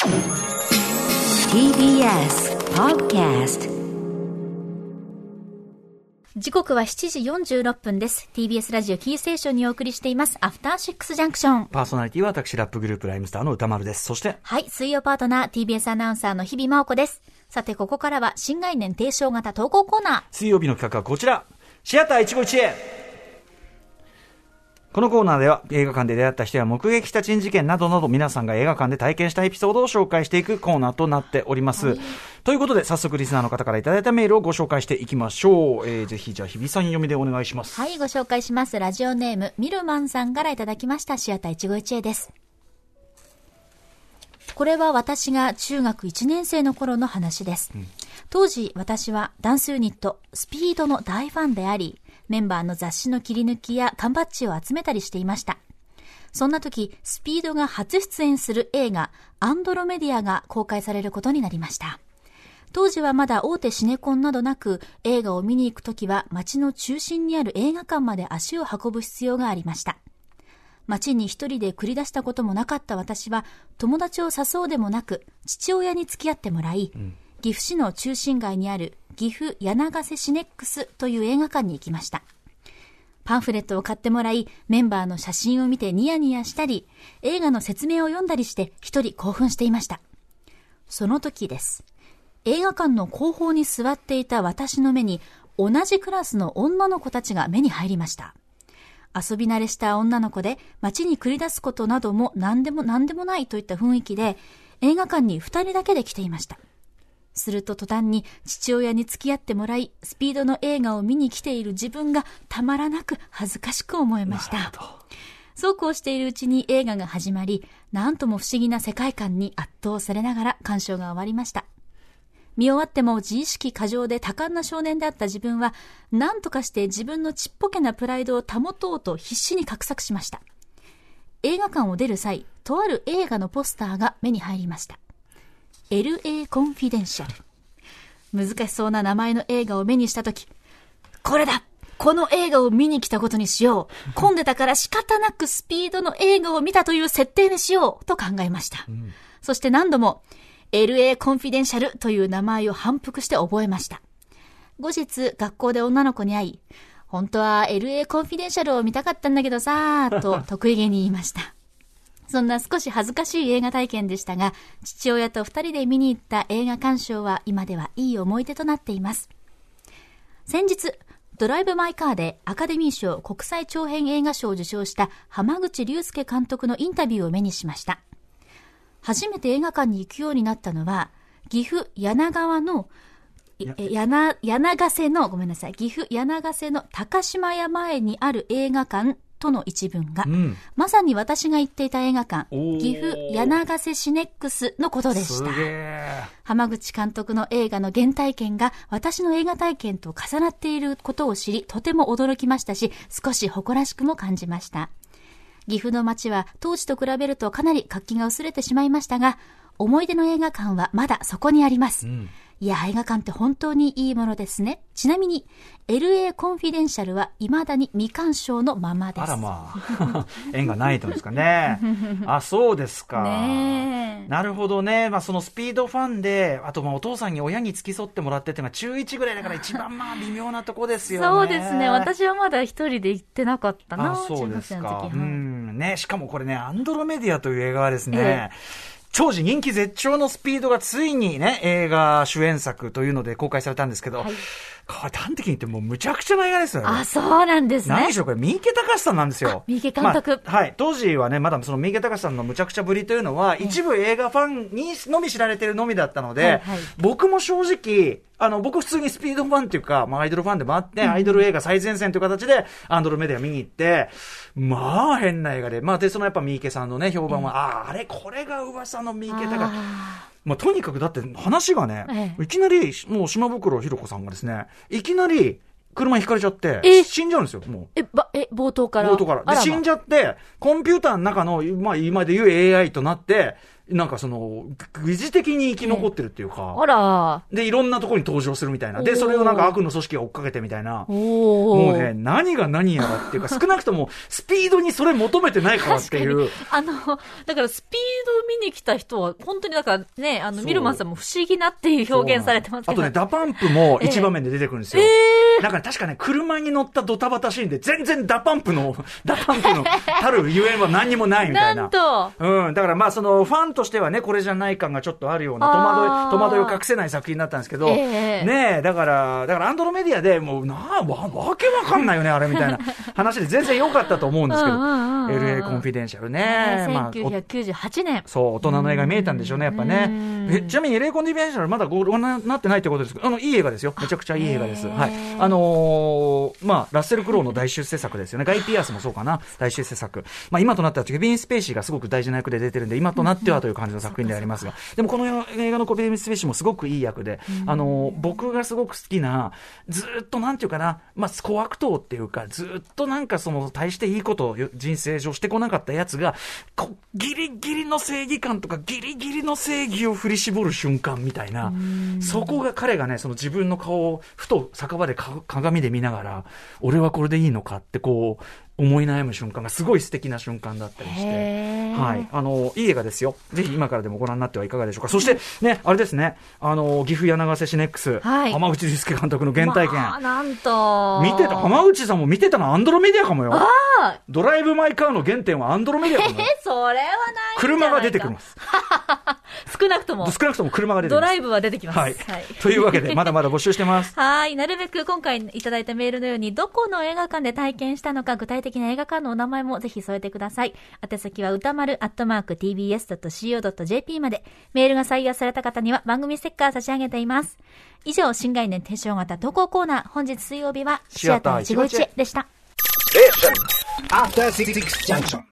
TBS Podcast。 時刻は7時46分です。 TBS ラジオキーステーションにお送りしていますアフターシックスジャンクション。 パーソナリティは私ラップグループライムスターの歌丸です。そして水曜パートナー TBS アナウンサーの日々真央子です。さてここからは新概念提唱型投稿コーナー。 水曜日の企画はこちら、シアター一期一会。このコーナーでは映画館で出会った人や目撃した珍事件などなど皆さんが映画館で体験したエピソードを紹介していくコーナーとなっております、ということで早速リスナーの方からいただいたメールをご紹介していきましょう。ぜひじゃあ日比さん読みでお願いします。 はい、ご紹介します。ラジオネームミルマンさんからいただきましたシアター一期一会です。これは私が中学1年生の頃の話です、当時私はダンスユニットスピードの大ファンであり、メンバーの雑誌の切り抜きや缶バッジを集めたりしていました。そんな時スピードが初出演する映画アンドロメディアが公開されることになりました。当時はまだ大手シネコンなどなく、映画を見に行く時は街の中心にある映画館まで足を運ぶ必要がありました。街に一人で繰り出したこともなかった私は、友達を誘うでもなく父親に付き合ってもらい、岐阜市の中心街にある岐阜柳ヶ瀬シネックスという映画館に行きました。パンフレットを買ってもらい、メンバーの写真を見てニヤニヤしたり、映画の説明を読んだりして一人興奮していました。その時です。映画館の後方に座っていた私の目に、同じクラスの女の子たちが目に入りました。遊び慣れした女の子で、街に繰り出すことなども何でもないといった雰囲気で、映画館に2人だけで来ていました。すると途端に父親に付き合ってもらい、スピードの映画を見に来ている自分がたまらなく恥ずかしく思いました。そうこうしているうちに映画が始まり、なんとも不思議な世界観に圧倒されながら鑑賞が終わりました。見終わっても自意識過剰で多感な少年であった自分は、何とかして自分のちっぽけなプライドを保とうと必死に画策しました。映画館を出る際、とある映画のポスターが目に入りました。LA コンフィデンシャル。難しそうな名前の映画を目にしたとき、これだ、この映画を見に来たことにしよう、混んでたから仕方なくスピードの映画を見たという設定にしようと考えました、そして何度も LA コンフィデンシャルという名前を反復して覚えました。後日学校で女の子に会い、本当は LA コンフィデンシャルを見たかったんだけどさーと得意げに言いました。そんな少し恥ずかしい映画体験でしたが、父親と二人で見に行った映画鑑賞は今ではいい思い出となっています。先日、ドライブ・マイ・カーでアカデミー賞国際長編映画賞を受賞した濱口竜介監督のインタビューを目にしました。初めて映画館に行くようになったのは、岐阜柳ヶ瀬の岐阜柳ヶ瀬の高島屋前にある映画館との一文が、まさに私が行っていた映画館、岐阜柳ヶ瀬シネックスのことでした。濱口監督の映画の原体験が私の映画体験と重なっていることを知り、とても驚きましたし、少し誇らしくも感じました。岐阜の街は当時と比べるとかなり活気が薄れてしまいましたが、思い出の映画館はまだそこにあります、いや、映画館って本当にいいものですね。ちなみに LA コンフィデンシャルは未だに未鑑賞のままです。 あらまあ縁がないとですかねあ、そうですか、 ね、 なるほどね。そのスピードファンで、あとお父さんに親に付き添ってもらってっていうのが中1ぐらいだから一番微妙なとこですよね。 そうですね、私はまだ一人で行ってなかったな。 あ、そうですか、 ね、 しかもこれね、アンドロメディアという映画はですね、当時人気絶頂のスピードがついにね、映画主演作というので公開されたんですけど、これ端的に言ってもうむちゃくちゃな映画ですよね。 あ、そうなんですね。 何でしょう、これ三池崇さんなんですよ。 三池監督、 当時はね、まだその三池崇さんのむちゃくちゃぶりというのは、一部映画ファンにのみ知られてるのみだったので、僕も正直僕普通にスピードファンっていうか、アイドルファンでもあって、アイドル映画最前線という形でアンドロメディア見に行って、変な映画で、でそのやっぱ三池さんのね評判は、これが噂の三池崇。とにかくだって話がね、いきなりもう島袋ひろ子さんがですね、いきなり車にひかれちゃって死んじゃうんですよ。もう冒頭からで死んじゃって、コンピューターの中の今で言う AI となって、 なんかその、疑似的に生き残ってるっていうか、 あら。 で、いろんなところに登場するみたいな。で、それをなんか悪の組織が追っかけてみたいな。もうね、何が何やらっていうか、少なくともスピードにそれ求めてないからっていう。 だからスピード見に来た人は、本当にだからね、ミルマンさんも不思議なっていう表現されてますけど。 あとね、ダパンプも一場面で出てくるんですよ。なんか確かね、車に乗ったドタバタシーンで、全然ダパンプのたるゆえんは何にもないみたいな。 なんと。 うん。だからまあ、その、ファンとしてはね、これじゃない感がちょっとあるような、戸惑いを隠せない作品になったんですけど、ねえ、だからアンドロメディアでもう、わけわかんないよね、あれみたいな話で全然良かったと思うんですけど、LA コンフィデンシャルね。 1998年。 そう、大人の映画見えたんでしょうね、やっぱね。ちなみに LA コンフィデンシャルまだご覧になってないってことですけど、いい映画ですよ。めちゃくちゃいい映画です。はい。まあ、ラッセル・クロウの大出世作ですよね。ガイ・ピアースもそうかな。大出世作。まあ、今となってはケビン・スペイシーがすごく大事な役で出てるんで、今となってはという感じの作品でありますが。でもこの映画のケビン・スペイシーもすごくいい役で、僕がすごく好きな、ずっとなんていうかな、まあ、小悪党っていうか、ずっとなんかその、大していいことを人生上してこなかったやつが、ギリギリの正義感とか、ギリギリの正義を振り絞る瞬間みたいな、そこが彼がね、その自分の顔をふと酒場で鏡で見ながら、俺はこれでいいのかってこう、思い悩む瞬間がすごい素敵な瞬間だったりして、はい、いい映画ですよ。ぜひ今からでもご覧になってはいかがでしょうか。そしてね、あれですね、岐阜柳ヶ瀬シネックス、浜口竜介監督の原体験。 なんと。 浜口さんも見てたのアンドロメディアかもよ。ドライブ・マイ・カーの原点はアンドロメディアかもよ。 それはない。 車が出てきます。 少なくとも車が出てきます。 ドライブは出てきます。 はい。というわけで、まだまだ募集してます。 はい。なるべく今回いただいたメールのように、どこの映画館で体験したのか、具体的な映画館のお名前もぜひ添えてください。宛先は歌丸@tbs.co.jp まで。メールが採用された方には番組ステッカー差し上げています。以上、新概念提唱型投稿コーナー、本日水曜日はシアター151でした。 After 66 junction.